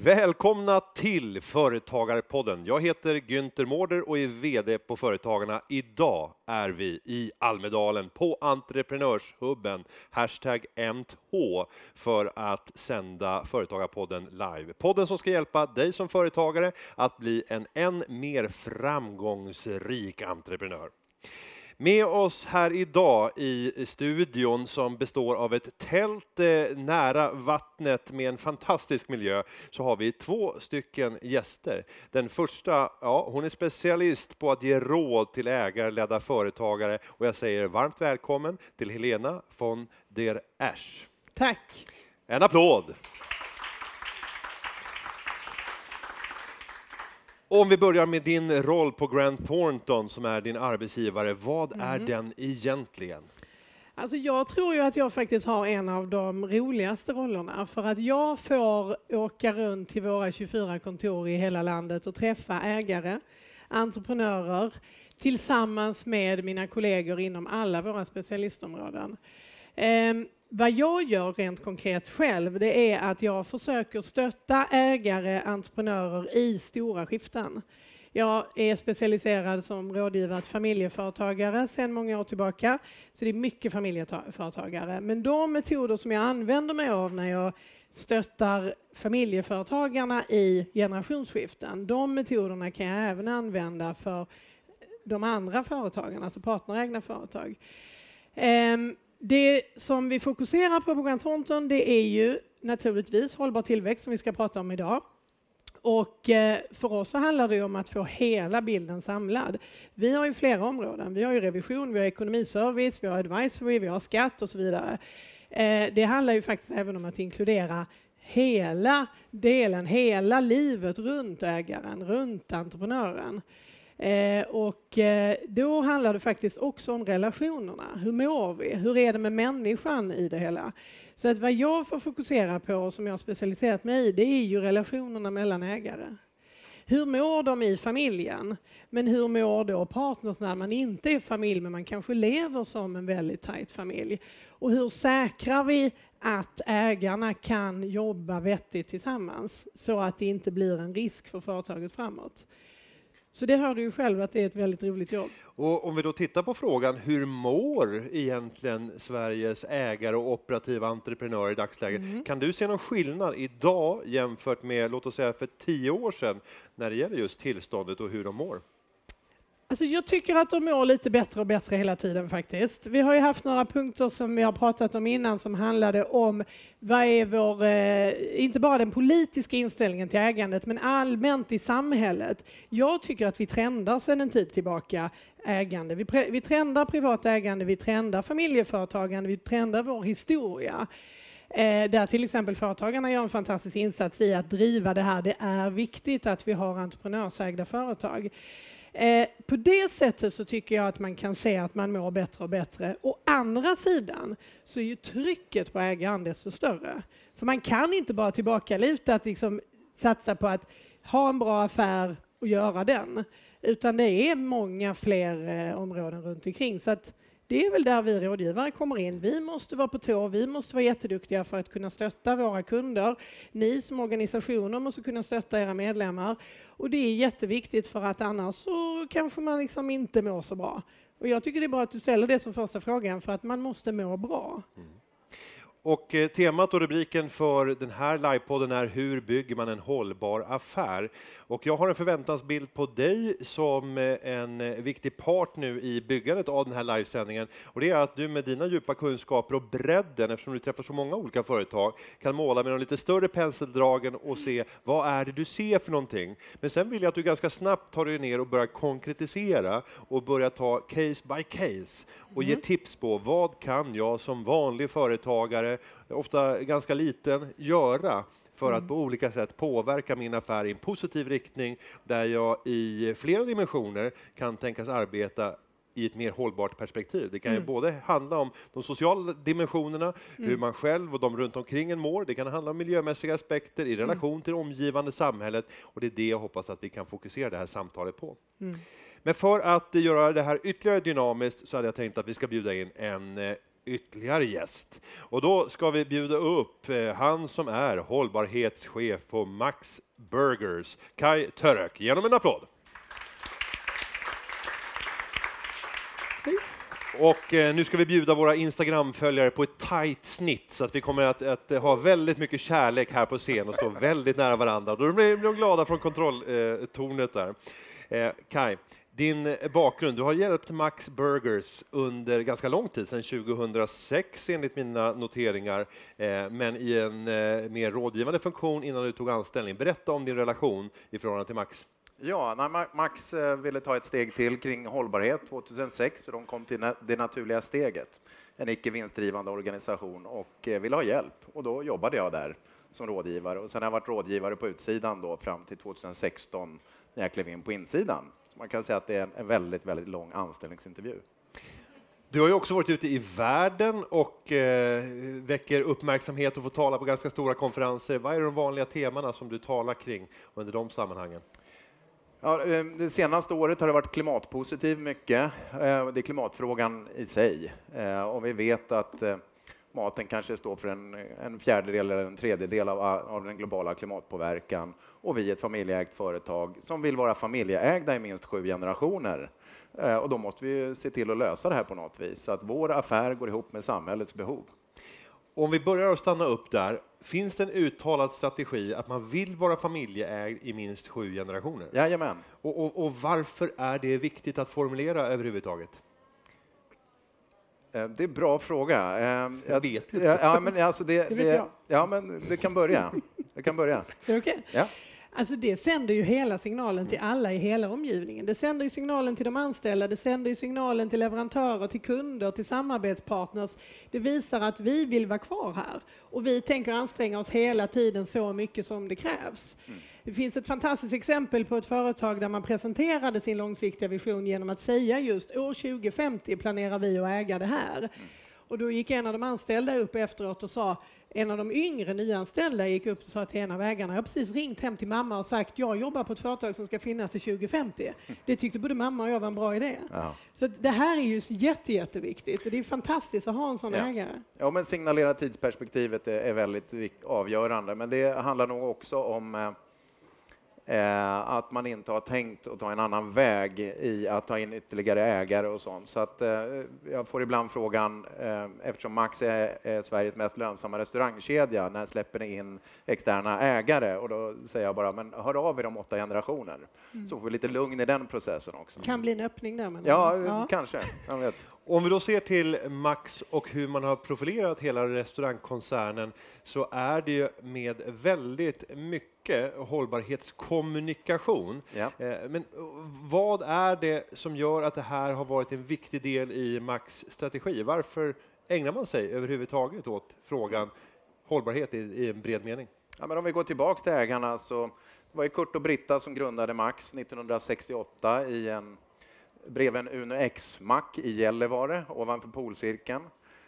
Välkomna till Företagarpodden. Jag heter Günther Mårder och är vd på Företagarna. Idag är vi i Almedalen på Entreprenörshubben, #MTH, för att sända Företagarpodden live. Podden som ska hjälpa dig som företagare att bli en än mer framgångsrik entreprenör. Med oss här idag i studion som består av ett tält nära vattnet med en fantastisk miljö så har vi 2 stycken gäster. Den första, hon är specialist på att ge råd till ägarledda företagare och jag säger varmt välkommen till Helena von der Esch. Tack. En applåd. Om vi börjar med din roll på Grant Thornton som är din arbetsgivare, vad är den egentligen? Alltså jag tror ju att jag faktiskt har en av de roligaste rollerna för att jag får åka runt till våra 24 kontor i hela landet och träffa ägare, entreprenörer tillsammans med mina kollegor inom alla våra specialistområden. Vad jag gör rent konkret själv, det är att jag försöker stötta ägare, entreprenörer i stora skiften. Jag är specialiserad som rådgivare till familjeföretagare sedan många år tillbaka, så det är mycket familjeföretagare. Men de metoder som jag använder mig av när jag stöttar familjeföretagarna i generationsskiften, de metoderna kan jag även använda för de andra företagarna, alltså partnerägna företag. Det som vi fokuserar på Grant Thornton, det är ju naturligtvis hållbar tillväxt som vi ska prata om idag. Och för oss så handlar det om att få hela bilden samlad. Vi har ju flera områden. Vi har ju revision, vi har ekonomiservice, vi har advisory, vi har skatt och så vidare. Det handlar ju faktiskt även om att inkludera hela delen, hela livet runt ägaren, runt entreprenören. Då handlar det faktiskt också om relationerna. Hur mår vi? Hur är det med människan i det hela? Så att vad jag får fokusera på och som jag har specialiserat mig i, det är ju relationerna mellan ägare. Hur mår de i familjen? Men hur mår då partners när man inte är familj men man kanske lever som en väldigt tajt familj? Och hur säkrar vi att ägarna kan jobba vettigt tillsammans så att det inte blir en risk för företaget framåt? Så det hör du ju själv att det är ett väldigt roligt jobb. Och om vi då tittar på frågan, hur mår egentligen Sveriges ägare och operativa entreprenörer i dagsläget? Kan du se någon skillnad idag jämfört med, låt oss säga, för 10 år sedan när det gäller just tillståndet och hur de mår? Alltså jag tycker att de mår lite bättre och bättre hela tiden faktiskt. Vi har ju haft några punkter som vi har pratat om innan som handlade om vad är vår, inte bara den politiska inställningen till ägandet men allmänt i samhället. Jag tycker att vi trendar sedan en tid tillbaka ägande. Vi trendar privat ägande, vi trendar familjeföretagande, vi trendar vår historia. Där till exempel företagarna gör en fantastisk insats i att driva det här. Det är viktigt att vi har entreprenörsägda företag. På det sättet så tycker jag att man kan se att man mår bättre och bättre. Å andra sidan så är ju trycket på ägaren desto större. För man kan inte bara tillbakaluta att liksom satsa på att ha en bra affär och göra den. Utan det är många fler områden runt omkring. Så att det är väl där vi rådgivare kommer in. Vi måste vara på tå, vi måste vara jätteduktiga för att kunna stötta våra kunder. Ni som organisationer måste kunna stötta era medlemmar. Och det är jätteviktigt för att annars så kanske man liksom inte mår så bra. Och jag tycker det är bra att du ställer det som första frågan för att man måste må bra. Och temat och rubriken för den här livepodden är hur bygger man en hållbar affär? Och jag har en förväntansbild på dig som en viktig part nu i byggandet av den här livesändningen. Och det är att du med dina djupa kunskaper och bredden, eftersom du träffar så många olika företag, kan måla med de lite större penseldragen och se vad är det du ser för någonting. Men sen vill jag att du ganska snabbt tar dig ner och börjar konkretisera och börjar ta case by case och ge tips på vad kan jag som vanlig företagare, ofta ganska liten, göra för att på olika sätt påverka min affär i en positiv riktning där jag i flera dimensioner kan tänkas arbeta i ett mer hållbart perspektiv. Det kan ju både handla om de sociala dimensionerna, hur man själv och de runt omkring en mår. Det kan handla om miljömässiga aspekter i relation till det omgivande samhället och det är det jag hoppas att vi kan fokusera det här samtalet på. Men för att göra det här ytterligare dynamiskt så hade jag tänkt att vi ska bjuda in en ytterligare gäst. Och då ska vi bjuda upp han som är hållbarhetschef på Max Burgers, Kaj Török. Genom en applåd. Och nu ska vi bjuda våra Instagram-följare på ett tight snitt så att vi kommer att ha väldigt mycket kärlek här på scen och stå väldigt nära varandra. Då blir de glada från kontrolltornet där. Kaj, din bakgrund, du har hjälpt Max Burgers under ganska lång tid, sedan 2006 enligt mina noteringar, men i en mer rådgivande funktion innan du tog anställning. Berätta om din relation i förhållande till Max. Ja, när Max ville ta ett steg till kring hållbarhet 2006 så de kom till det naturliga steget, en icke vinstdrivande organisation och ville ha hjälp. Och då jobbade jag där som rådgivare och sen har jag varit rådgivare på utsidan då fram till 2016 när jag klev in på insidan. Så man kan säga att det är en väldigt, väldigt lång anställningsintervju. Du har ju också varit ute i världen och väcker uppmärksamhet och får tala på ganska stora konferenser. Vad är de vanliga temana som du talar kring under de sammanhangen? Ja, det senaste året har det varit klimatpositiv mycket. Det är klimatfrågan i sig. Och vi vet att maten kanske står för en fjärdedel eller en tredjedel av den globala klimatpåverkan. Och vi är ett familjeägt företag som vill vara familjeägda i minst 7 generationer. Och då måste vi se till att lösa det här på något vis. Så att vår affär går ihop med samhällets behov. Om vi börjar att stanna upp där, finns det en uttalad strategi att man vill vara familjeägd i minst 7 generationer? Jajamän. Och varför är det viktigt att formulera överhuvudtaget? Det är en bra fråga. Jag vet inte. Ja, men alltså Det vet jag. ja, men du kan börja. Du kan börja. Det är okej? Ja. Alltså det sänder ju hela signalen till alla i hela omgivningen. Det sänder ju signalen till de anställda, det sänder ju signalen till leverantörer, till kunder, till samarbetspartners. Det visar att vi vill vara kvar här och vi tänker anstränga oss hela tiden så mycket som det krävs. Det finns ett fantastiskt exempel på ett företag där man presenterade sin långsiktiga vision genom att säga just år 2050 planerar vi att äga det här. Och då gick en av de anställda upp efteråt och sa, en av de yngre nyanställda gick upp och sa till en av ägarna, jag har precis ringt hem till mamma och sagt, jag jobbar på ett företag som ska finnas till 2050. Det tyckte både mamma och jag var en bra idé. Ja. Så det här är ju jätteviktigt och det är fantastiskt att ha en sån ägare. Ja, men signalera tidsperspektivet är väldigt avgörande, men det handlar nog också om att man inte har tänkt att ta en annan väg i att ta in ytterligare ägare och sånt. Så att jag får ibland frågan, eftersom Max är Sveriges mest lönsamma restaurangkedja, när släpper ni in externa ägare? Och då säger jag bara, men hör av er om 8 generationer. Så får vi lite lugn i den processen också. Kan bli en öppning där. Men ja, kanske. Jag vet. Om vi då ser till Max och hur man har profilerat hela restaurangkoncernen så är det ju med väldigt mycket hållbarhetskommunikation. Ja. Men vad är det som gör att det här har varit en viktig del i Max strategi? Varför ägnar man sig överhuvudtaget åt frågan hållbarhet i en bred mening? Ja, men om vi går tillbaka till ägarna så det var ju Kurt och Britta som grundade Max 1968 bredvid en Uno X-mack i Gällivare ovanför Polcirkeln.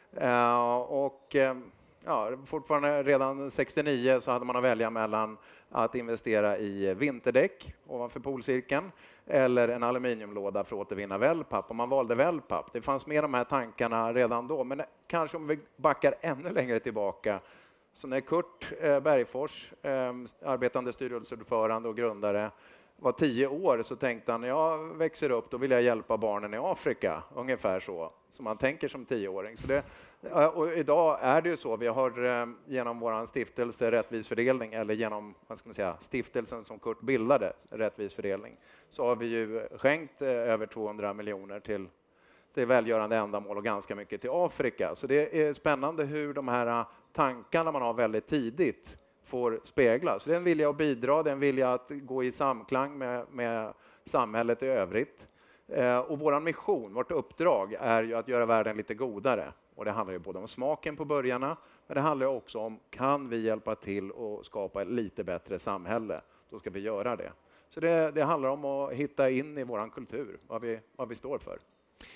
Fortfarande redan 69 så hade man att välja mellan att investera i vinterdäck ovanför Polcirkeln eller en aluminiumlåda för att återvinna wellpapp. Och man valde wellpapp. Det fanns med de här tankarna redan då, men kanske om vi backar ännu längre tillbaka. Så när Kurt Bergfors, arbetande styrelseordförande och grundare, var 10 år så tänkte han, jag växer upp, då vill jag hjälpa barnen i Afrika. Ungefär så, som man tänker som 10-åring. Och idag är det ju så, vi har genom vår stiftelse Rättvis fördelning, eller genom stiftelsen som Kurt bildade, Rättvis fördelning, så har vi ju skänkt över 200 miljoner till välgörande ändamål och ganska mycket till Afrika. Så det är spännande hur de här tankarna man har väldigt tidigt får speglas. Så det är en vilja att bidra, det är en vilja att gå i samklang med samhället i övrigt. Och vår mission, vårt uppdrag är ju att göra världen lite godare. Och det handlar ju både om smaken på burgarna, men det handlar också om, kan vi hjälpa till och skapa ett lite bättre samhälle? Då ska vi göra det. Så det handlar om att hitta in i vår kultur, vad vi står för.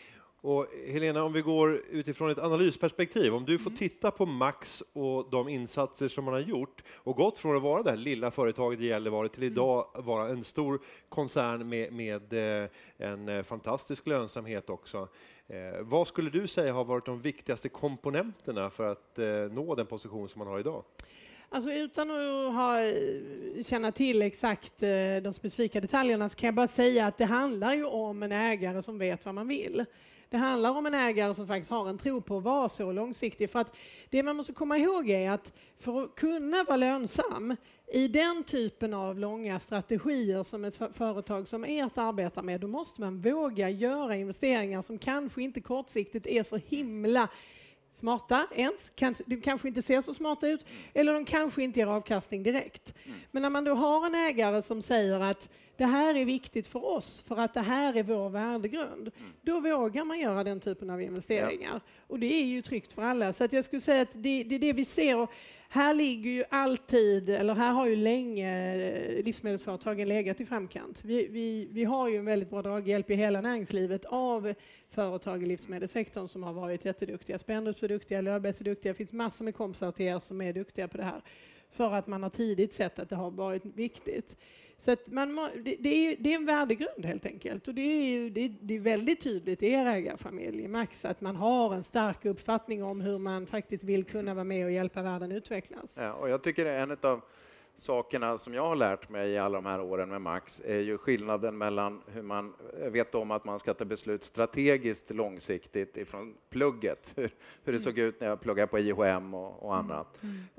Och Helena, om vi går utifrån ett analysperspektiv, om du får titta på Max och de insatser som man har gjort och gått från att vara det här lilla företaget i Gällivare till idag vara en stor koncern med en fantastisk lönsamhet också. Vad skulle du säga har varit de viktigaste komponenterna för att nå den position som man har idag? Alltså utan att känna till exakt de specifika detaljerna så kan jag bara säga att det handlar ju om en ägare som vet vad man vill. Det handlar om en ägare som faktiskt har en tro på att vara så långsiktig. För att det man måste komma ihåg är att för att kunna vara lönsam i den typen av långa strategier som ett företag som ert arbetar med, då måste man våga göra investeringar som kanske inte kortsiktigt är så himla smarta ens, de kanske inte ser så smarta ut eller de kanske inte ger avkastning direkt. Men när man då har en ägare som säger att det här är viktigt för oss för att det här är vår värdegrund, då vågar man göra den typen av investeringar. Och det är ju tryggt för alla. Så att jag skulle säga att det är det vi ser. Och här ligger ju alltid, eller här har ju länge livsmedelsföretagen legat i framkant. Vi har ju en väldigt bra draghjälp i hela näringslivet av företag i livsmedelssektorn som har varit jätteduktiga. Spendrups är duktiga, Löfbergs är duktiga. Det finns massor med kompisar till er som är duktiga på det här. För att man har tidigt sett att det har varit viktigt. Så att det är en värdegrund helt enkelt. Och det är väldigt tydligt i er ägarfamilj, Max, att man har en stark uppfattning om hur man faktiskt vill kunna vara med och hjälpa världen utvecklas. Ja, och jag tycker en av sakerna som jag har lärt mig i alla de här åren med Max är ju skillnaden mellan hur man vet om att man ska ta beslut strategiskt långsiktigt ifrån plugget, hur det såg ut när jag pluggade på IHM och annat,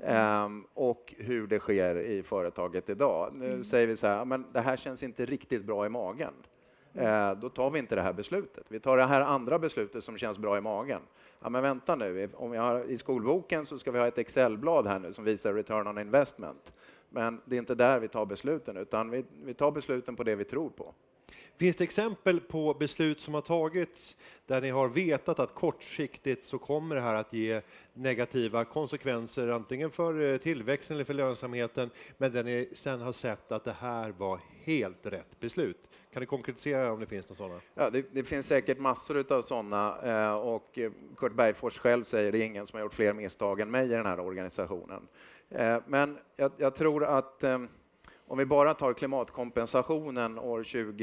och hur det sker i företaget idag. Nu säger vi så här, men det här känns inte riktigt bra i magen. Då tar vi inte det här beslutet. Vi tar det här andra beslutet som känns bra i magen. Ja, men vänta nu, om vi har i skolboken så ska vi ha ett Excel-blad här nu som visar return on investment. Men det är inte där vi tar besluten, utan vi tar besluten på det vi tror på. Finns det exempel på beslut som har tagits där ni har vetat att kortsiktigt så kommer det här att ge negativa konsekvenser antingen för tillväxten eller för lönsamheten, men där ni sen har sett att det här var helt rätt beslut? Kan du konkretisera om det finns något sådana? Ja, det finns säkert massor av sådana, och Kurt Bergfors själv säger det är ingen som har gjort fler misstag än mig i den här organisationen. Men jag tror att om vi bara tar klimatkompensationen år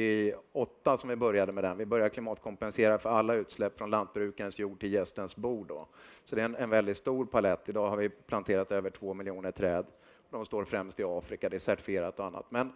2008 som vi började med den. Vi började klimatkompensera för alla utsläpp från lantbrukarens jord till gästens bord då. Så det är en väldigt stor palett. Idag har vi planterat över 2 miljoner träd. De står främst i Afrika, det är certifierat och annat. Men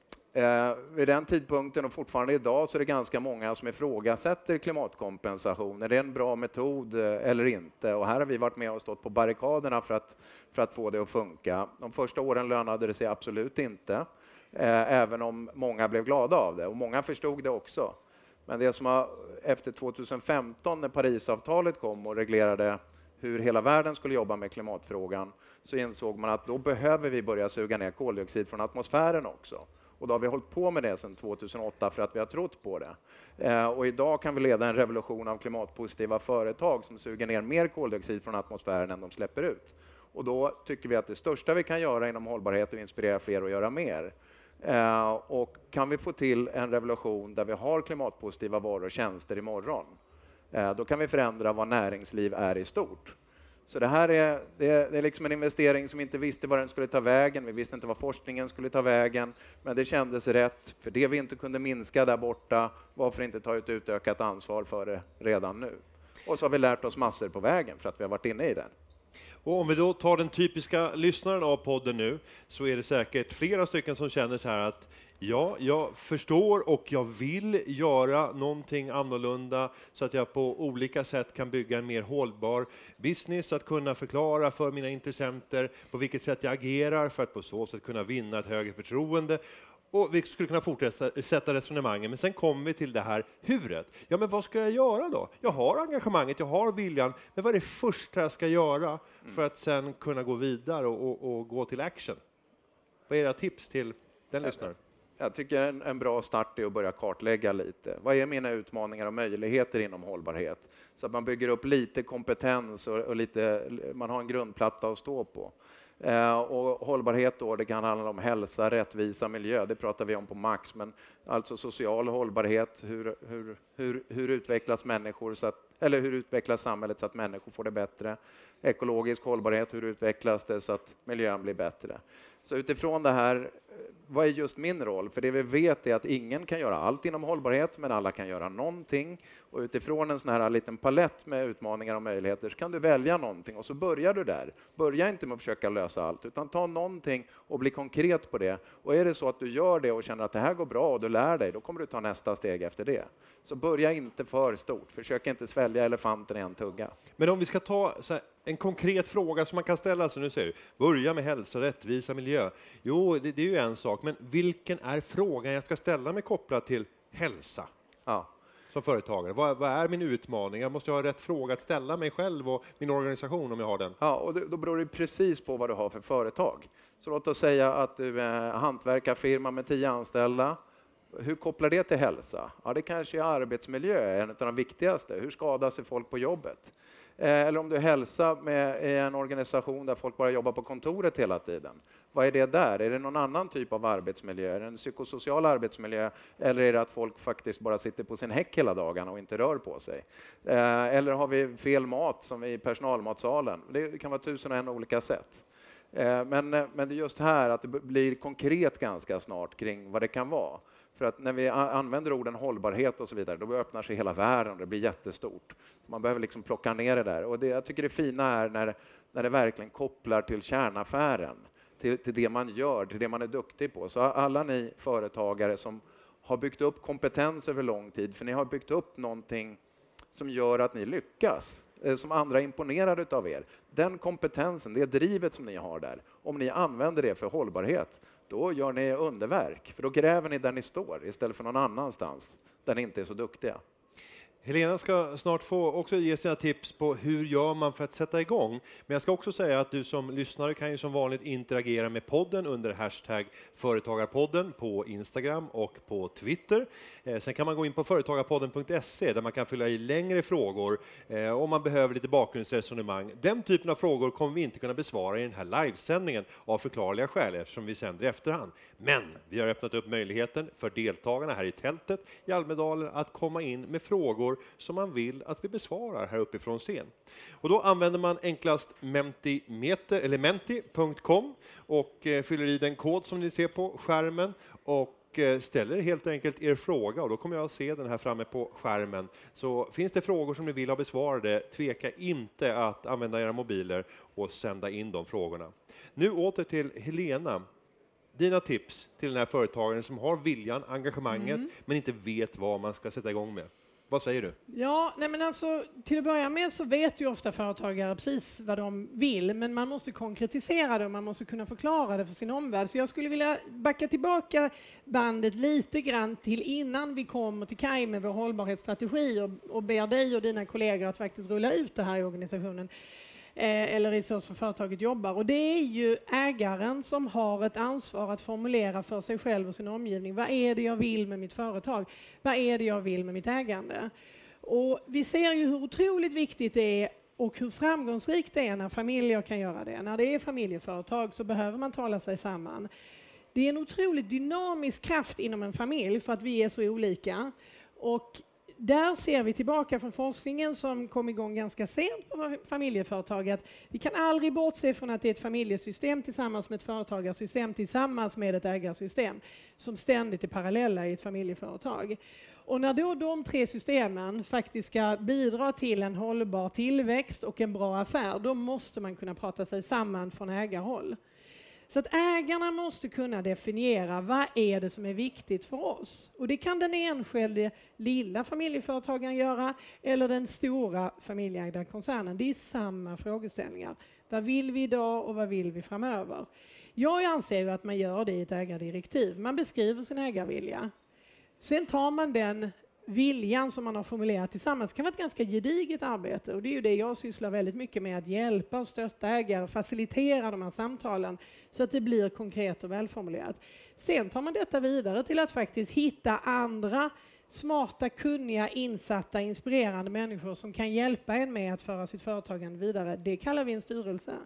vid den tidpunkten och fortfarande idag så är det ganska många som ifrågasätter klimatkompensation. Är det en bra metod eller inte? Och här har vi varit med och stått på barrikaderna för att få det att funka. De första åren lönade det sig absolut inte, även om många blev glada av det. Och många förstod det också. Men det som har efter 2015 när Parisavtalet kom och reglerade hur hela världen skulle jobba med klimatfrågan, så insåg man att då behöver vi börja suga ner koldioxid från atmosfären också. Och då har vi hållit på med det sedan 2008 för att vi har trott på det. Och idag kan vi leda en revolution av klimatpositiva företag som suger ner mer koldioxid från atmosfären än de släpper ut. Och då tycker vi att det största vi kan göra inom hållbarhet är att inspirera fler att göra mer. Och kan vi få till en revolution där vi har klimatpositiva varor och tjänster imorgon, då kan vi förändra vad näringsliv är i stort. Så det här är liksom en investering som inte visste var den skulle ta vägen. Vi visste inte vad forskningen skulle ta vägen. Men det kändes rätt. För det vi inte kunde minska där borta, varför inte ta ett utökat ansvar för det redan nu? Och så har vi lärt oss massor på vägen för att vi har varit inne i den. Och om vi då tar den typiska lyssnaren av podden nu, så är det säkert flera stycken som känner så här att ja, jag förstår och jag vill göra någonting annorlunda så att jag på olika sätt kan bygga en mer hållbar business, att kunna förklara för mina intressenter på vilket sätt jag agerar för att på så sätt kunna vinna ett högre förtroende. Och vi skulle kunna fortsätta resonemangen, men sen kommer vi till det här huret. Ja, men vad ska jag göra då? Jag har engagemanget, jag har viljan, men vad är det första jag ska göra för att sen kunna gå vidare och gå till action? Vad är era tips till den lyssnaren? Jag tycker en bra start är att börja kartlägga lite. Vad är mina utmaningar och möjligheter inom hållbarhet? Så att man bygger upp lite kompetens och lite, man har en grundplatta att stå på. Och hållbarhet då, det kan handla om hälsa, rättvisa, miljö. Det pratar vi om på Max. Men alltså social hållbarhet, hur utvecklas människor hur utvecklas samhället så att människor får det bättre? Ekologisk hållbarhet, hur utvecklas det så att miljön blir bättre? Så utifrån det här, vad är just min roll? För det vi vet är att ingen kan göra allt inom hållbarhet, men alla kan göra någonting. Och utifrån en sån här liten palett med utmaningar och möjligheter så kan du välja någonting och så börjar du där. Börja inte med att försöka lösa allt, utan ta någonting och bli konkret på det. Och är det så att du gör det och känner att det här går bra och du lär dig, då kommer du ta nästa steg efter det. Så börja inte för stort. Försök inte svälja elefanten i en tugga. Men om vi ska ta så här, en konkret fråga som man kan ställa sig, nu säger du, börja med hälsa, rättvisa, miljö. Jo, det är ju en sak, men vilken är frågan jag ska ställa mig kopplat till hälsa? Ja. Som företagare. Vad är min utmaning? Jag måste ha rätt fråga att ställa mig själv och min organisation om jag har den. Ja, och då beror det precis på vad du har för företag. Så låt oss säga att du är hantverkarfirma med 10 anställda. Hur kopplar det till hälsa? Ja, det kanske är arbetsmiljö, en av de viktigaste. Hur skadar sig folk på jobbet? Eller om du hälsa med en organisation där folk bara jobbar på kontoret hela tiden. Vad är det där? Är det någon annan typ av arbetsmiljö? Är det en psykosocial arbetsmiljö? Eller är det att folk faktiskt bara sitter på sin häck hela dagarna och inte rör på sig? Eller har vi fel mat som i personalmatsalen? Det kan vara 1001 olika sätt. Men det är just här att det blir konkret ganska snart kring vad det kan vara. För att när vi använder orden hållbarhet och så vidare, då öppnar sig hela världen och det blir jättestort. Man behöver liksom plocka ner det där. Och jag tycker det fina är när det verkligen kopplar till kärnaffären, till det man gör, till det man är duktig på. Så alla ni företagare som har byggt upp kompetens över lång tid, för ni har byggt upp någonting som gör att ni lyckas, som andra är imponerade av er. Den kompetensen, det drivet som ni har där, om ni använder det för hållbarhet, då gör ni underverk. För då gräver ni där ni står istället för någon annanstans där ni inte är så duktiga. Helena ska snart få också ge sina tips på hur gör man för att sätta igång. Men jag ska också säga att du som lyssnare kan ju som vanligt interagera med podden under hashtag Företagarpodden på Instagram och på Twitter. Sen kan man gå in på företagarpodden.se där man kan fylla i längre frågor om man behöver lite bakgrundsresonemang. Den typen av frågor kommer vi inte kunna besvara i den här livesändningen av förklarliga skäl eftersom vi sänder i efterhand. Men vi har öppnat upp möjligheten för deltagarna här i tältet i Almedalen att komma in med frågor som man vill att vi besvarar här uppifrån scen. Och då använder man enklast menti.com och fyller i den kod som ni ser på skärmen och ställer helt enkelt er fråga och då kommer jag att se den här framme på skärmen. Så finns det frågor som ni vill ha besvarade, tveka inte att använda era mobiler och sända in de frågorna. Nu åter till Helena. Dina tips till den här företagaren som har viljan, engagemanget men inte vet vad man ska sätta igång med. Vad säger du? Ja, nej men alltså, till att börja med så vet ju ofta företagare precis vad de vill, men man måste konkretisera det och man måste kunna förklara det för sin omvärld. Så jag skulle vilja backa tillbaka bandet lite grann till innan vi kommer till kaj med vår hållbarhetsstrategi och ber dig och dina kollegor att faktiskt rulla ut det här i organisationen. Eller i så som företaget jobbar. Och det är ju ägaren som har ett ansvar att formulera för sig själv och sin omgivning. Vad är det jag vill med mitt företag? Vad är det jag vill med mitt ägande? Och vi ser ju hur otroligt viktigt det är och hur framgångsrikt det är när familjer kan göra det. När det är familjeföretag så behöver man tala sig samman. Det är en otroligt dynamisk kraft inom en familj för att vi är så olika. Och där ser vi tillbaka från forskningen som kom igång ganska sent på familjeföretag att vi kan aldrig bortse från att det är ett familjesystem tillsammans med ett företagarsystem tillsammans med ett ägarsystem som ständigt är parallella i ett familjeföretag. Och när då de 3 systemen faktiskt ska bidra till en hållbar tillväxt och en bra affär, då måste man kunna prata sig samman från ägarhåll. Så att ägarna måste kunna definiera vad är det som är viktigt för oss. Och det kan den enskilde lilla familjeföretagaren göra eller den stora familjeägda koncernen. Det är samma frågeställningar. Vad vill vi idag och vad vill vi framöver? Jag anser ju att man gör det i ett ägardirektiv. Man beskriver sin ägarvilja. Sen tar man den viljan som man har formulerat tillsammans. Det kan vara ett ganska gediget arbete och det är ju det jag sysslar väldigt mycket med, att hjälpa och stötta ägare, facilitera de här samtalen så att det blir konkret och välformulerat. Sen tar man detta vidare till att faktiskt hitta andra smarta, kunniga, insatta, inspirerande människor som kan hjälpa en med att föra sitt företagande vidare. Det kallar vi en styrelse.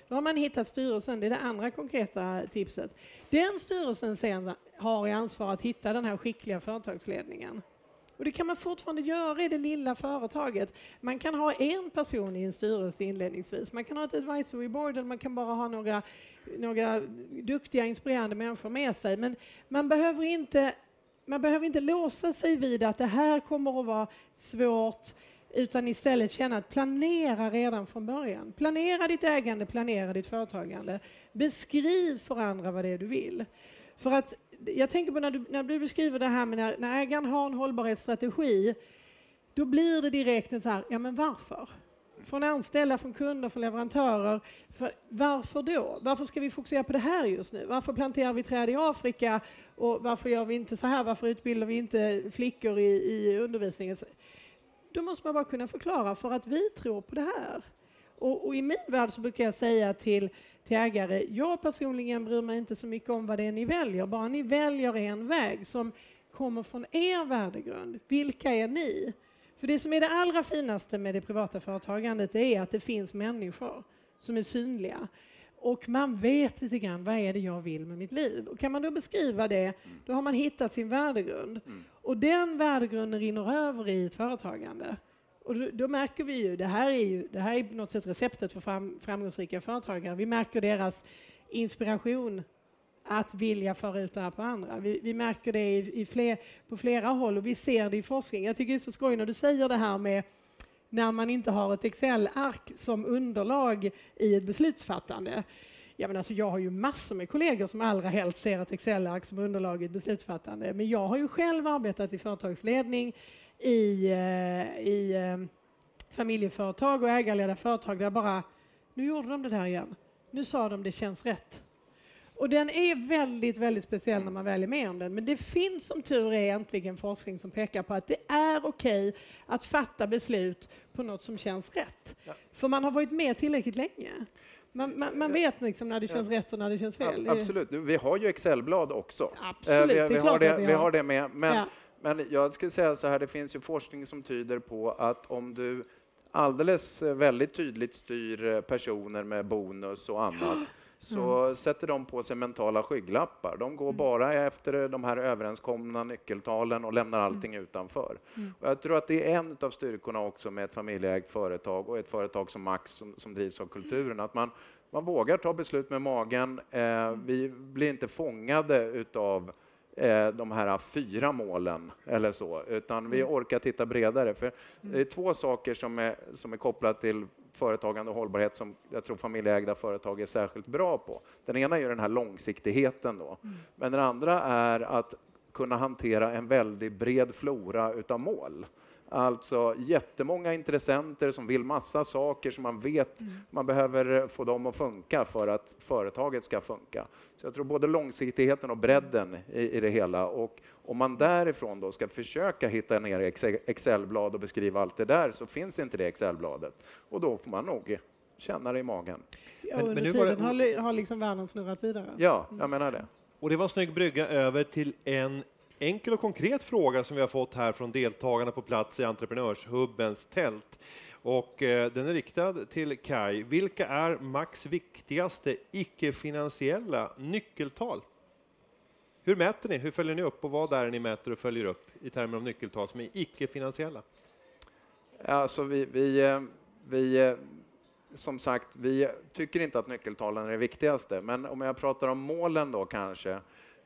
Då har man hittat styrelsen, det är det andra konkreta tipset. Den styrelsen sen har i ansvar att hitta den här skickliga företagsledningen. Och det kan man fortfarande göra i det lilla företaget. Man kan ha en person i en styrelse inledningsvis. Man kan ha ett advisory board eller man kan bara ha några duktiga, inspirerande människor med sig. Men man behöver inte låsa sig vid att det här kommer att vara svårt, utan istället känna att planera redan från början. Planera ditt ägande, planera ditt företagande. Beskriv för andra vad det är du vill. För att jag tänker på när du beskriver det här med när ägaren har en hållbarhetsstrategi, då blir det direkt en så här, ja men varför? Från anställda, från kunder, från leverantörer. Varför då? Varför ska vi fokusera på det här just nu? Varför planterar vi träd i Afrika? Och varför gör vi inte så här? Varför utbildar vi inte flickor i undervisningen? Då måste man bara kunna förklara för att vi tror på det här. Och i min värld så brukar jag säga till ägare, jag personligen bryr mig inte så mycket om vad det är ni väljer. Bara ni väljer en väg som kommer från er värdegrund. Vilka är ni? För det som är det allra finaste med det privata företagandet är att det finns människor som är synliga. Och man vet lite grann, vad är det jag vill med mitt liv? Och kan man då beskriva det, då har man hittat sin värdegrund. Och den värdegrunden rinner över i ett företagande. Och då märker vi ju, det här är på något sätt receptet för framgångsrika företagare. Vi märker deras inspiration att vilja föra ut det här på andra. Vi märker det på flera håll och vi ser det i forskning. Jag tycker det är så skoj när du säger det här med när man inte har ett Excel-ark som underlag i ett beslutsfattande. Ja, men alltså jag har ju massor med kollegor som allra helst ser ett Excel-ark som underlag i ett beslutsfattande. Men jag har ju själv arbetat i företagsledning, i familjeföretag och ägarledda företag där bara, nu gjorde de det där igen. Nu sa de det känns rätt. Och den är väldigt, väldigt speciell när man väl är med om den. Men det finns som tur är äntligen forskning som pekar på att det är okej att fatta beslut på något som känns rätt. Ja. För man har varit med tillräckligt länge. Man vet liksom när det känns rätt och när det känns fel. Ja, absolut. Vi har ju Excelblad också. Absolut, vi har det med. Men jag skulle säga så här, det finns ju forskning som tyder på att om du alldeles väldigt tydligt styr personer med bonus och annat så sätter de på sig mentala skygglappar. De går bara efter de här överenskomna nyckeltalen och lämnar allting utanför. Och jag tror att det är en av styrkorna också med ett familjeägt företag och ett företag som Max som drivs av kulturen. Att man vågar ta beslut med magen. Vi blir inte fångade utav de här 4 målen eller så, utan vi orkar titta bredare. För det är 2 saker som är kopplat till företagande och hållbarhet som jag tror familjeägda företag är särskilt bra på. Den ena är ju den här långsiktigheten då. Men den andra är att kunna hantera en väldigt bred flora utav mål. Alltså jättemånga intressenter som vill massa saker som man vet man behöver få dem att funka för att företaget ska funka. Så jag tror både långsiktigheten och bredden i det hela. Och om man därifrån då ska försöka hitta ner i Excelblad och beskriva allt det där så finns inte det Excelbladet. Och då får man nog känna det i magen. Ja, men nu har liksom världen snurrat vidare. Ja, jag menar det. Och det var en snygg brygga över till en enkel och konkret fråga som vi har fått här från deltagarna på plats i Entreprenörshubbens tält. Och den är riktad till Kai. Vilka är Max viktigaste icke-finansiella nyckeltal? Hur mäter ni? Hur följer ni upp? Och vad är det ni mäter och följer upp i termer av nyckeltal som är icke-finansiella? Alltså vi som sagt, vi tycker inte att nyckeltalen är det viktigaste. Men om jag pratar om målen då kanske.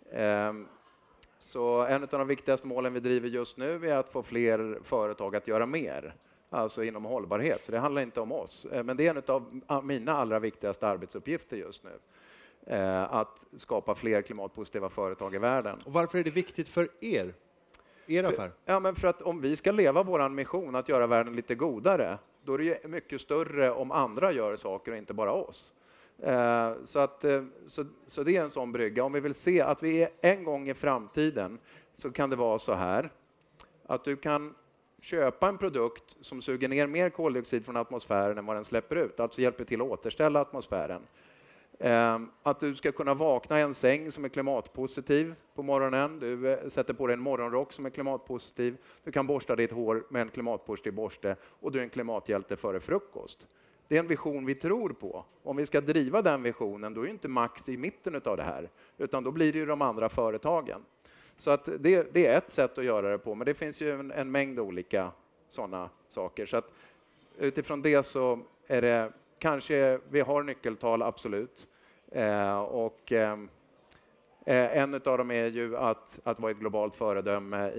Så en av de viktigaste målen vi driver just nu är att få fler företag att göra mer. Alltså inom hållbarhet. Så det handlar inte om oss. Men det är en av mina allra viktigaste arbetsuppgifter just nu. Att skapa fler klimatpositiva företag i världen. Och varför är det viktigt för er? Er affär? Ja, men för att om vi ska leva vår mission att göra världen lite godare, då är det ju mycket större om andra gör saker och inte bara oss. Så det är en sån brygga. Om vi vill se att vi är en gång i framtiden så kan det vara så här att du kan köpa en produkt som suger ner mer koldioxid från atmosfären än vad den släpper ut, alltså hjälper till att återställa atmosfären. Att du ska kunna vakna i en säng som är klimatpositiv på morgonen. Du sätter på dig en morgonrock som är klimatpositiv. Du kan borsta ditt hår med en klimatpositiv borste och du är en klimathjälte före frukost. Det är en vision vi tror på. Om vi ska driva den visionen, då är ju inte Max i mitten av det här, utan då blir det ju de andra företagen. Så att det är ett sätt att göra det på, men det finns ju en mängd olika sådana saker. Så att utifrån det så är det kanske, vi har nyckeltal absolut. En av dem är ju att vara ett globalt föredöme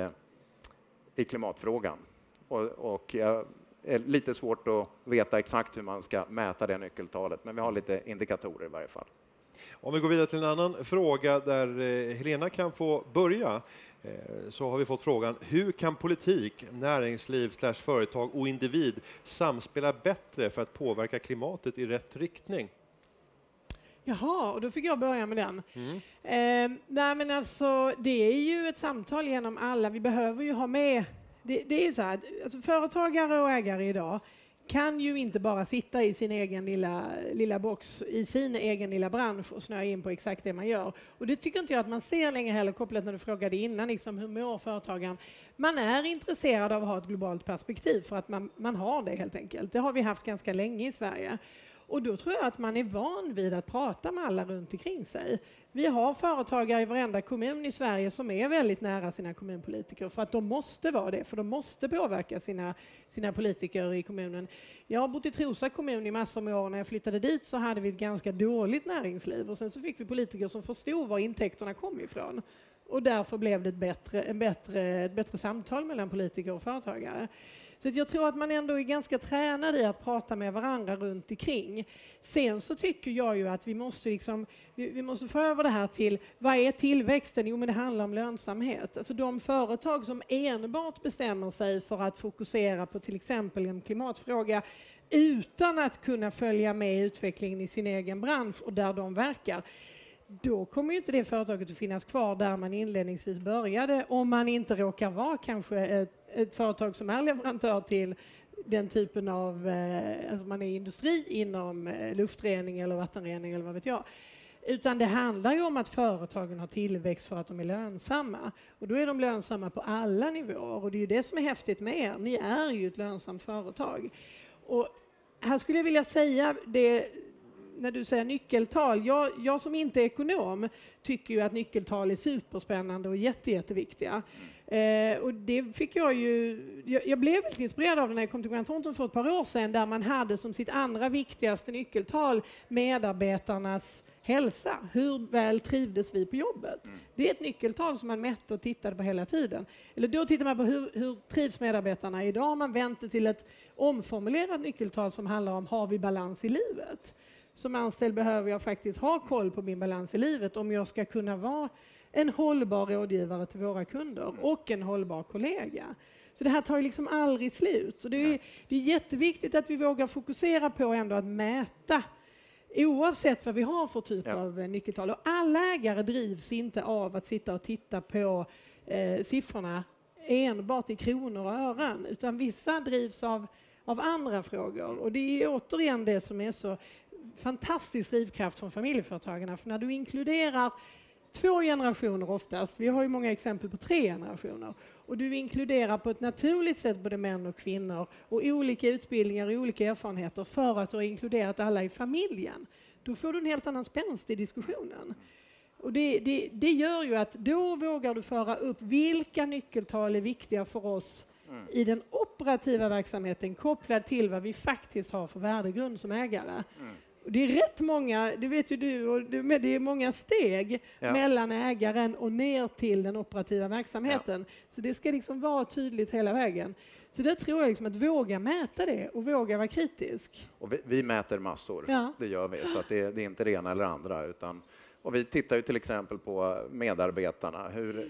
i klimatfrågan. Och är lite svårt att veta exakt hur man ska mäta det nyckeltalet, men vi har lite indikatorer i varje fall. Om vi går vidare till en annan fråga där Helena kan få börja, så har vi fått frågan: hur kan politik, näringsliv / företag och individ samspela bättre för att påverka klimatet i rätt riktning? Jaha, och då fick jag börja med den. Nej, men alltså, det är ju ett samtal genom alla. Vi behöver ju ha med... Det är ju så här, alltså, företagare och ägare idag kan ju inte bara sitta i sin egen lilla box, i sin egen lilla bransch och snöa in på exakt det man gör. Och det tycker inte jag att man ser längre heller, kopplat när du frågade innan, liksom, hur mår företagaren? Man är intresserad av att ha ett globalt perspektiv för att man har det helt enkelt. Det har vi haft ganska länge i Sverige. Och då tror jag att man är van vid att prata med alla runt omkring sig. Vi har företagare i varenda kommun i Sverige som är väldigt nära sina kommunpolitiker för att de måste vara det, för de måste påverka sina politiker i kommunen. Jag har bott i Trosa kommun i massor med år. När jag flyttade dit så hade vi ett ganska dåligt näringsliv och sen så fick vi politiker som förstod var intäkterna kom ifrån. Och därför blev det ett bättre samtal mellan politiker och företagare. Så jag tror att man ändå är ganska tränad i att prata med varandra runt omkring. Sen så tycker jag ju att vi måste få över det här till, vad är tillväxten? Jo, men det handlar om lönsamhet. Alltså de företag som enbart bestämmer sig för att fokusera på till exempel en klimatfråga utan att kunna följa med utvecklingen i sin egen bransch och där de verkar, då kommer ju inte det företaget att finnas kvar där man inledningsvis började, om man inte råkar vara kanske ett företag som är leverantör till den typen av, alltså man är industri inom luftrening eller vattenrening eller vad vet jag. Utan det handlar ju om att företagen har tillväxt för att de är lönsamma. Och då är de lönsamma på alla nivåer. Och det är ju det som är häftigt med er. Ni är ju ett lönsamt företag. Och här skulle jag vilja säga det, när du säger nyckeltal. Jag som inte är ekonom tycker ju att nyckeltal är superspännande och jätteviktiga. Och det fick jag blev väldigt inspirerad av det när jag kom till Grant Thornton för ett par år sedan, där man hade som sitt andra viktigaste nyckeltal medarbetarnas hälsa. Hur väl trivdes vi på jobbet? Det är ett nyckeltal som man mätte och tittade på hela tiden. Eller då tittar man på hur trivs medarbetarna. Idag har man vänt till ett omformulerat nyckeltal som handlar om, har vi balans i livet? Som anställd behöver jag faktiskt ha koll på min balans i livet om jag ska kunna vara en hållbar rådgivare till våra kunder och en hållbar kollega. Så det här tar ju liksom aldrig slut. Så det är jätteviktigt att vi vågar fokusera på ändå att mäta oavsett vad vi har för typ av nyckeltal. Och alla ägare drivs inte av att sitta och titta på siffrorna enbart i kronor och ören, utan vissa drivs av andra frågor. Och det är återigen det som är så fantastisk drivkraft från familjeföretagarna. För när du inkluderar 2 generationer oftast, vi har ju många exempel på 3 generationer, och du inkluderar på ett naturligt sätt både män och kvinnor och olika utbildningar och olika erfarenheter för att du har inkluderat alla i familjen, då får du en helt annan spänst i diskussionen. Och det gör ju att då vågar du föra upp vilka nyckeltal är viktiga för oss i den operativa verksamheten kopplad till vad vi faktiskt har för värdegrund som ägare. Och det är rätt många, det vet ju du, och det är många steg mellan ägaren och ner till den operativa verksamheten. Så det ska liksom vara tydligt hela vägen. Så det tror jag liksom, att våga mäta det och våga vara kritisk. Och vi mäter massor, det gör vi. Så att det är inte det ena eller andra. Och vi tittar ju till exempel på medarbetarna.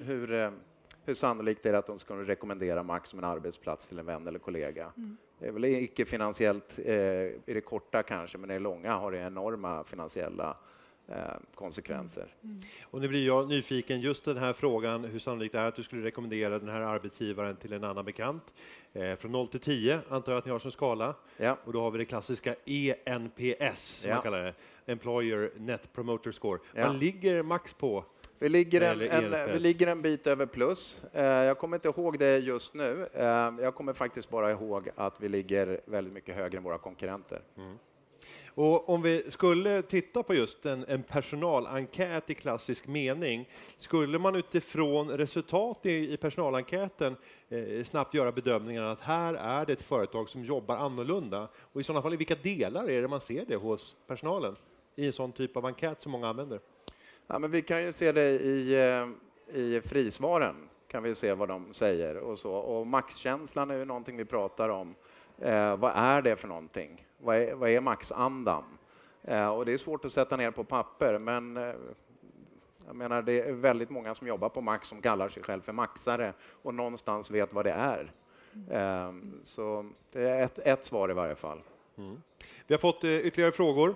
Hur sannolikt är det att de ska rekommendera Max som en arbetsplats till en vän eller kollega? Det är väl icke-finansiellt i det korta kanske, men i det långa har det enorma finansiella konsekvenser. Och nu blir jag nyfiken, just den här frågan, hur sannolikt det är att du skulle rekommendera den här arbetsgivaren till en annan bekant. Från 0 till 10 antar jag att ni har som skala. Ja. Och då har vi det klassiska ENPS som man kallar det. Employer Net Promoter Score. Vad ligger Max på? Vi ligger en bit över plus. Jag kommer inte ihåg det just nu. Jag kommer faktiskt bara ihåg att vi ligger väldigt mycket högre än våra konkurrenter. Och om vi skulle titta på just en personalenkät i klassisk mening, skulle man utifrån resultat i personalenkäten snabbt göra bedömningen att här är det ett företag som jobbar annorlunda? Och i sådana fall, i vilka delar är det man ser det hos personalen i en sån typ av enkät som många använder? Ja, men vi kan ju se det i frisvaren, kan vi se vad de säger och så. Och maxkänslan är ju någonting vi pratar om. Vad är det för någonting? Vad är maxandan? Och det är svårt att sätta ner på papper, men jag menar, det är väldigt många som jobbar på Max som kallar sig själv för maxare och någonstans vet vad det är. Så det är ett svar i varje fall. Vi har fått ytterligare frågor.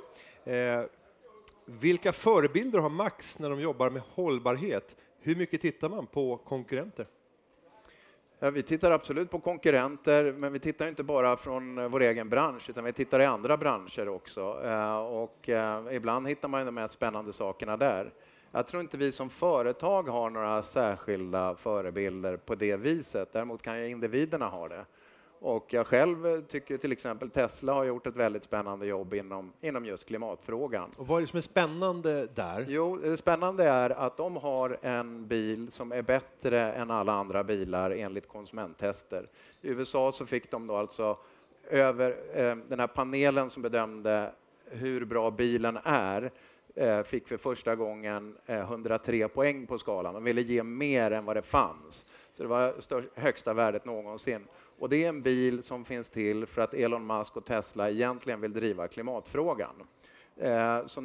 Vilka förebilder har Max när de jobbar med hållbarhet? Hur mycket tittar man på konkurrenter? Ja, vi tittar absolut på konkurrenter, men vi tittar inte bara från vår egen bransch, utan vi tittar i andra branscher också. Och ibland hittar man de mest spännande sakerna där. Jag tror inte vi som företag har några särskilda förebilder på det viset. Däremot kan ju individerna ha det. Och jag själv tycker till exempel Tesla har gjort ett väldigt spännande jobb inom just klimatfrågan. Och vad är det som är spännande där? Jo, det spännande är att de har en bil som är bättre än alla andra bilar enligt konsumenttester. I USA så fick de då alltså över den här panelen som bedömde hur bra bilen är, fick för första gången 103 poäng på skalan. De ville ge mer än vad det fanns. Så det var högsta värdet någonsin. Och det är en bil som finns till för att Elon Musk och Tesla egentligen vill driva klimatfrågan. Så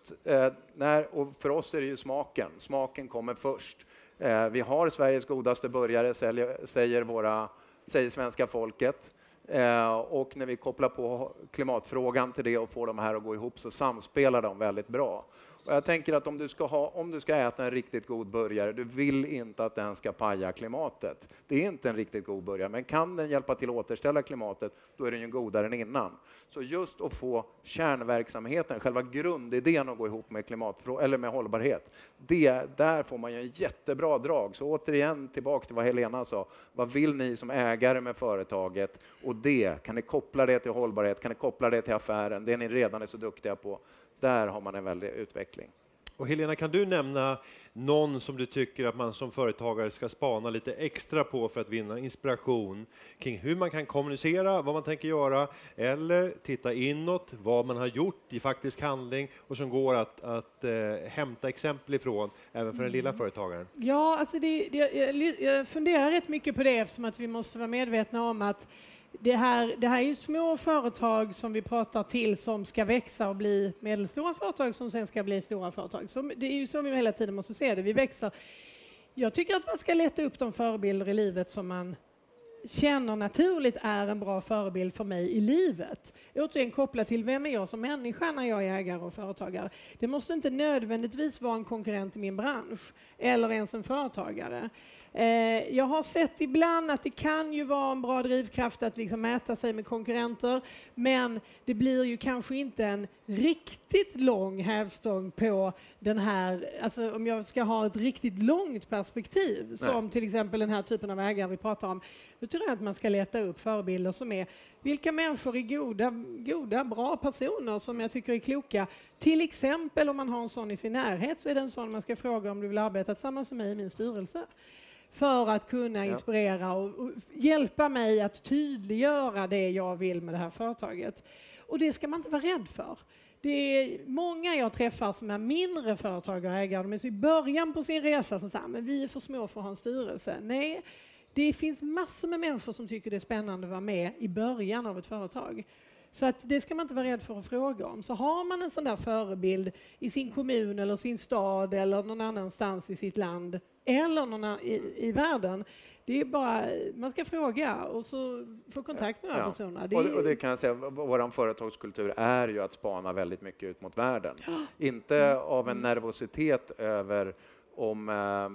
och för oss är det ju smaken. Smaken kommer först. Vi har Sveriges godaste burgare, säger svenska folket. Och när vi kopplar på klimatfrågan till det och får de här att gå ihop så samspelar de väldigt bra. Och jag tänker att om du ska äta en riktigt god burgare, du vill inte att den ska paja klimatet. Det är inte en riktigt god burgare, men kan den hjälpa till att återställa klimatet, då är den ju godare än innan. Så just att få kärnverksamheten, själva grundidén att gå ihop med eller med hållbarhet, där får man ju en jättebra drag. Så återigen tillbaka till vad Helena sa. Vad vill ni som ägare med företaget? Och kan ni koppla det till hållbarhet? Kan ni koppla det till affären? Det ni redan är så duktiga på. Där har man en väldig utveckling. Och Helena, kan du nämna någon som du tycker att man som företagare ska spana lite extra på för att vinna inspiration kring hur man kan kommunicera, vad man tänker göra, eller titta inåt, vad man har gjort i faktisk handling och som går att hämta exempel ifrån även för den lilla företagaren? Ja, alltså jag funderar rätt mycket på det eftersom att vi måste vara medvetna om att det här är ju små företag som vi pratar till som ska växa och bli medelstora företag som sen ska bli stora företag. Så det är ju så vi hela tiden måste se det. Vi växer. Jag tycker att man ska leta upp de förebilder i livet som man känner naturligt är en bra förebild för mig i livet. Återigen kopplat till vem är jag som människa när jag är ägare och företagare. Det måste inte nödvändigtvis vara en konkurrent i min bransch eller ens en företagare. Jag har sett ibland att det kan ju vara en bra drivkraft att liksom mäta sig med konkurrenter, men det blir ju kanske inte en riktigt lång hävstång på den här, alltså om jag ska ha ett riktigt långt perspektiv, som till exempel den här typen av ägare vi pratar om, då tror jag att man ska leta upp förebilder som är, vilka människor är goda, bra personer som jag tycker är kloka. Till exempel om man har en sån i sin närhet så är det en sån man ska fråga om du vill arbeta tillsammans med mig i min styrelse. För att kunna inspirera och hjälpa mig att tydliggöra det jag vill med det här företaget. Och det ska man inte vara rädd för. Det är många jag träffar som är mindre företagare och ägare. De är så i början på sin resa som säger men vi är för små för att ha en styrelse. Nej, det finns massor med människor som tycker det är spännande att vara med i början av ett företag. Så att det ska man inte vara rädd för att fråga om. Så har man en sån där förebild i sin kommun eller sin stad eller någon annanstans i sitt land eller någon i världen, det är bara, man ska fråga och så få kontakt med personerna. Och det kan jag säga, vår företagskultur är ju att spana väldigt mycket ut mot världen. Inte av en nervositet över om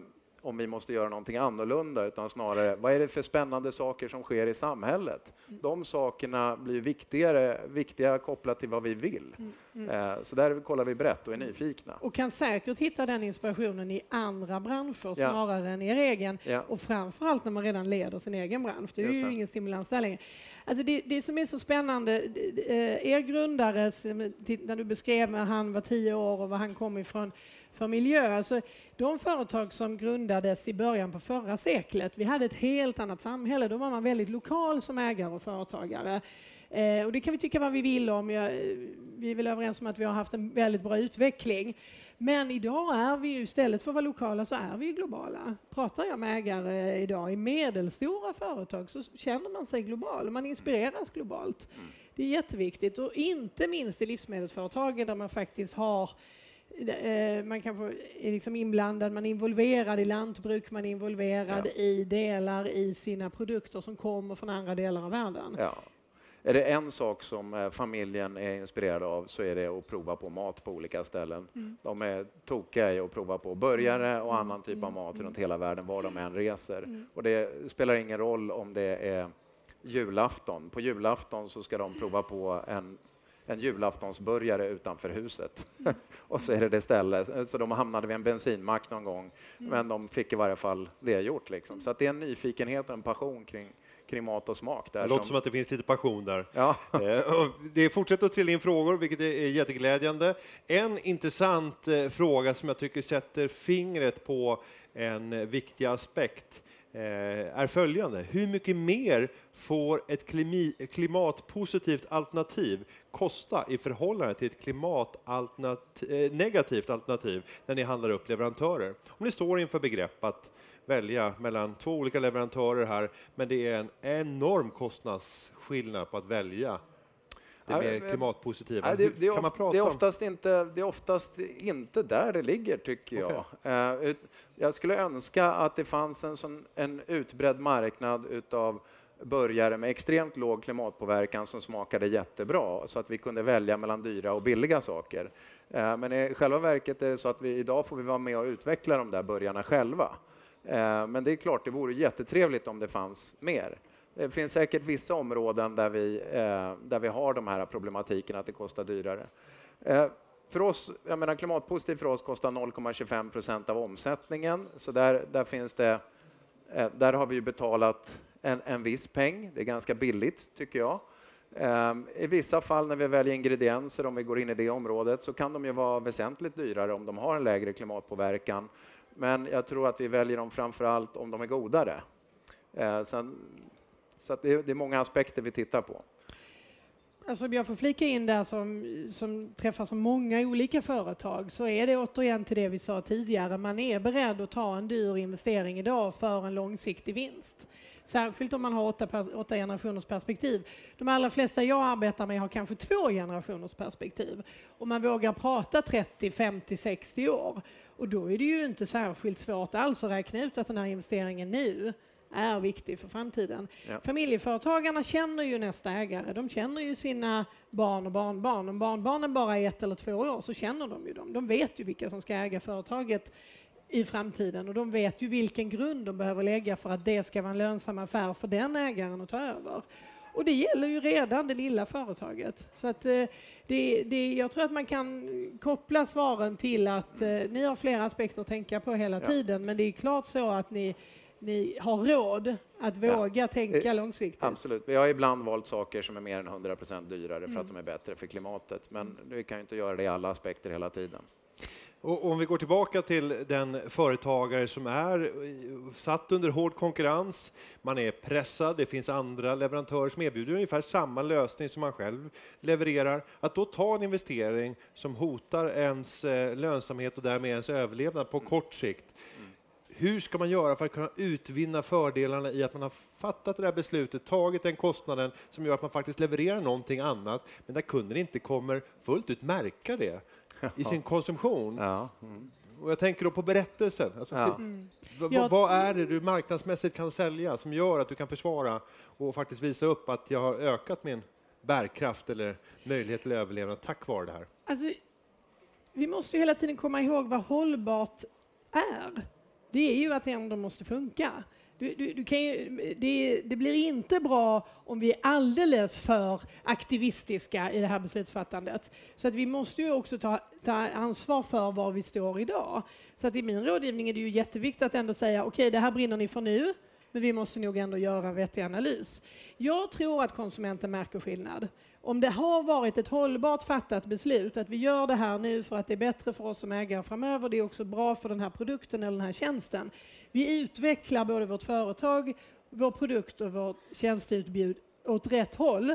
om vi måste göra någonting annorlunda, utan snarare vad är det för spännande saker som sker i samhället? De sakerna blir viktiga kopplat till vad vi vill. Så där kollar vi brett och är nyfikna. Och kan säkert hitta den inspirationen i andra branscher snarare än i er egen. Ja. Och framförallt när man redan leder sin egen bransch. Det är ju ingen stimulans där längre. Alltså det som är så spännande, er grundare, när du beskrev när han var 10 år och var han kom ifrån för miljö. Alltså, de företag som grundades i början på förra seklet, vi hade ett helt annat samhälle. Då var man väldigt lokal som ägare och företagare. Och det kan vi tycka vad vi vill om. Vi är väl överens om att vi har haft en väldigt bra utveckling. Men idag är vi ju, istället för att vara lokala så är vi ju globala. Pratar jag med ägare idag i medelstora företag så känner man sig global. Man inspireras globalt. Det är jätteviktigt. Och inte minst i livsmedelsföretagen där man faktiskt har man kanske är liksom inblandad, man är involverad i lantbruk, man är involverad i delar i sina produkter som kommer från andra delar av världen. Ja. Är det en sak som familjen är inspirerad av så är det att prova på mat på olika ställen. De är tokiga i att prova på burgare och annan typ av mat runt hela världen var de än reser. Och det spelar ingen roll om det är julafton. På julafton så ska de prova på en julaftonsburgare utanför huset. Och så är det stället. Så de hamnade vid en bensinmack någon gång. Men de fick i varje fall det gjort. Liksom. Så att det är en nyfikenhet och en passion kring mat och smak. Där det låter som att det finns lite passion där. Ja. Det fortsätter att trilla in frågor, vilket är jätteglädjande. En intressant fråga som jag tycker sätter fingret på en viktig aspekt är följande. Hur mycket mer får ett klimatpositivt alternativ kosta i förhållande till ett negativt alternativ när ni handlar upp leverantörer? Om ni står inför begrepp att välja mellan 2 olika leverantörer här, men det är en enorm kostnadsskillnad på att välja det mer klimatpositiva. Kan man prata om? Det är oftast inte där det ligger, tycker jag. Okay. Jag skulle önska att det fanns en utbredd marknad utav burgare med extremt låg klimatpåverkan som smakade jättebra, så att vi kunde välja mellan dyra och billiga saker. Men i själva verket är det så att idag får vi vara med och utveckla de där burgarna själva. Men det är klart, det vore jättetrevligt om det fanns mer. Det finns säkert vissa områden där vi har de här problematiken att det kostar dyrare. För oss, jag menar klimatpositivt för oss kostar 0,25% av omsättningen. Så där finns det, där har vi ju betalat en viss peng. Det är ganska billigt, tycker jag. I vissa fall när vi väljer ingredienser, om vi går in i det området, så kan de ju vara väsentligt dyrare om de har en lägre klimatpåverkan. Men jag tror att vi väljer dem framförallt om de är godare. Så att det är många aspekter vi tittar på. Alltså jag får flika in där som träffar så många olika företag, så är det återigen till det vi sa tidigare. Man är beredd att ta en dyr investering idag för en långsiktig vinst. Särskilt om man har 8 generationers perspektiv. De allra flesta jag arbetar med har kanske 2 generationers perspektiv. Och man vågar prata 30, 50, 60 år. Och då är det ju inte särskilt svårt alls att räkna ut att den här investeringen nu är viktig för framtiden. Ja. Familjeföretagarna känner ju nästa ägare. De känner ju sina barn och barnbarn. Om barnbarnen bara är 1 eller 2 år så känner de ju dem. De vet ju vilka som ska äga företaget i framtiden. Och de vet ju vilken grund de behöver lägga för att det ska vara en lönsam affär för den ägaren att ta över. Och det gäller ju redan det lilla företaget. Så att jag tror att man kan koppla svaren till att ni har flera aspekter att tänka på hela tiden. Men det är klart så att ni har råd att våga tänka långsiktigt. Absolut. Vi har ibland valt saker som är mer än 100% dyrare för att de är bättre för klimatet. Men vi kan ju inte göra det i alla aspekter hela tiden. Och om vi går tillbaka till den företagare som är satt under hård konkurrens, man är pressad, det finns andra leverantörer som erbjuder ungefär samma lösning som man själv levererar. Att då ta en investering som hotar ens lönsamhet och därmed ens överlevnad på kort sikt. Hur ska man göra för att kunna utvinna fördelarna i att man har fattat det där beslutet, tagit den kostnaden som gör att man faktiskt levererar någonting annat, men där kunden inte kommer fullt ut märka det i sin konsumtion. Ja. Och jag tänker då på berättelsen. Alltså, vad är det du marknadsmässigt kan sälja som gör att du kan försvara och faktiskt visa upp att jag har ökat min bärkraft eller möjlighet till överlevnad tack vare det här? Alltså, vi måste ju hela tiden komma ihåg vad hållbart är. det är ju att det ändå måste funka. Du kan ju, det blir inte bra om vi är alldeles för aktivistiska i det här beslutsfattandet. Så att vi måste ju också ta ansvar för var vi står idag. Så att i min rådgivning är det ju jätteviktigt att ändå säga okej, det här brinner ni för nu, men vi måste nog ändå göra en vettig analys. Jag tror att konsumenten märker skillnad. Om det har varit ett hållbart fattat beslut att vi gör det här nu för att det är bättre för oss som ägare framöver, det är också bra för den här produkten eller den här tjänsten. Vi utvecklar både vårt företag, vår produkt och vårt tjänsteutbud åt rätt håll.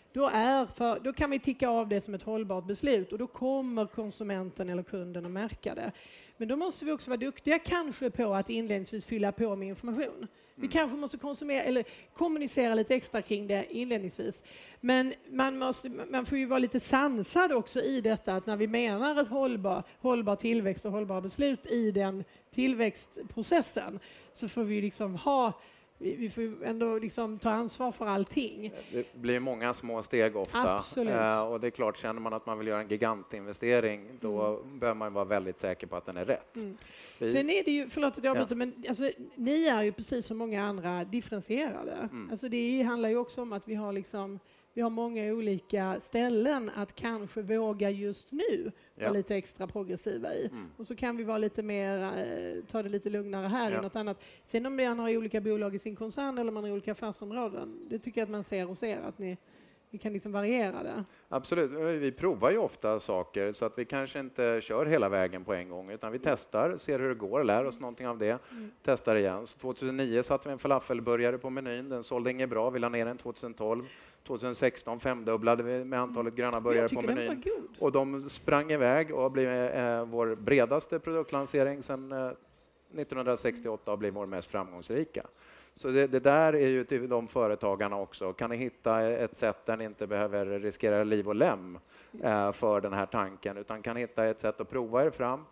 Då kan vi ticka av det som ett hållbart beslut och då kommer konsumenten eller kunden att märka det. Men då måste vi också vara duktiga kanske på att inledningsvis fylla på med information. Vi kanske måste konsumera eller kommunicera lite extra kring det inledningsvis. Men man får ju vara lite sansad också i detta att när vi menar ett hållbar tillväxt och hållbara beslut i den tillväxtprocessen så får vi liksom vi får ändå liksom ta ansvar för allting. Det blir många små steg ofta. Absolut. Och det är klart, känner man att man vill göra en gigantinvestering, då behöver man vara väldigt säker på att den är rätt. Sen är det ju, förlåt att jag avbryter, men alltså, ni är ju precis som många andra differentierade. Alltså, det handlar ju också om att vi har många olika ställen att kanske våga just nu vara lite extra progressiva i. Och så kan vi vara lite mer, ta det lite lugnare här i något annat. Sen om man har olika bolag i sin koncern eller man har olika affärsområden, det tycker jag att man ser att ni kan liksom variera det. Absolut. Vi provar ju ofta saker så att vi kanske inte kör hela vägen på en gång utan vi testar, ser hur det går, lär oss någonting av det, testar igen. Så 2009 satte vi en falafelburgare på menyn, den sålde inget bra, vi la ner den 2012. 2016 femdubblade vi med antalet gröna burgare på menyn. Och de sprang iväg och blev vår bredaste produktlansering sedan 1968 och blev vår mest framgångsrika. Så det där är ju till de företagarna också. Kan ni hitta ett sätt där ni inte behöver riskera liv och lem för den här tanken, utan kan hitta ett sätt att prova er fram.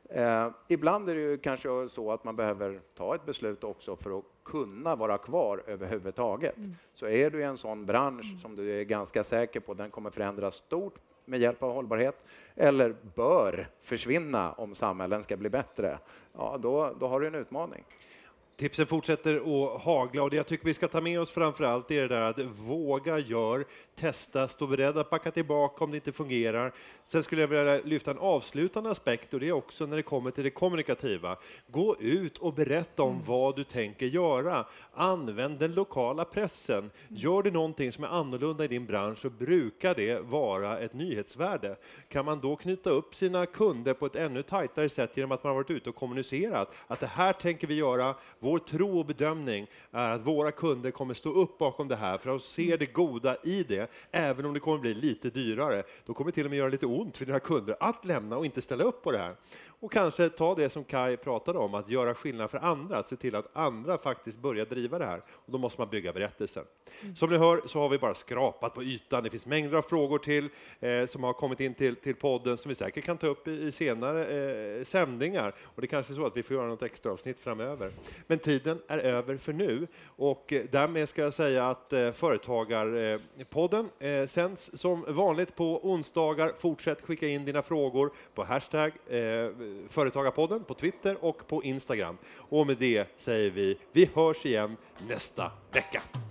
Ibland är det ju kanske så att man behöver ta ett beslut också för att kunna vara kvar överhuvudtaget. Så är du i en sån bransch som du är ganska säker på den kommer förändras stort med hjälp av hållbarhet eller bör försvinna om samhällen ska bli bättre, ja, då har du en utmaning. Tipsen fortsätter att hagla och det jag tycker vi ska ta med oss framförallt är det där att våga, testa, stå beredd att backa tillbaka om det inte fungerar. Sen skulle jag vilja lyfta en avslutande aspekt och det är också när det kommer till det kommunikativa. Gå ut och berätta om vad du tänker göra. Använd den lokala pressen. Gör det någonting som är annorlunda i din bransch så brukar det vara ett nyhetsvärde. Kan man då knyta upp sina kunder på ett ännu tajtare sätt genom att man har varit ute och kommunicerat att det här tänker vi göra. Vår tro och bedömning är att våra kunder kommer stå upp bakom det här för att se det goda i det, även om det kommer bli lite dyrare. Då kommer det till och med göra lite ont för dina kunder att lämna och inte ställa upp på det här. Och kanske ta det som Kai pratade om, att göra skillnad för andra, att se till att andra faktiskt börjar driva det här. Och då måste man bygga berättelsen. Som ni hör så har vi bara skrapat på ytan. Det finns mängder av frågor till som har kommit in till podden som vi säkert kan ta upp i senare sändningar. Och det är kanske är så att vi får göra något extra avsnitt framöver. Men tiden är över för nu och därmed ska jag säga att Företagarpodden sänds som vanligt på onsdagar. Fortsätt skicka in dina frågor på hashtag Företagarpodden på Twitter och på Instagram. Och med det säger vi hörs igen nästa vecka.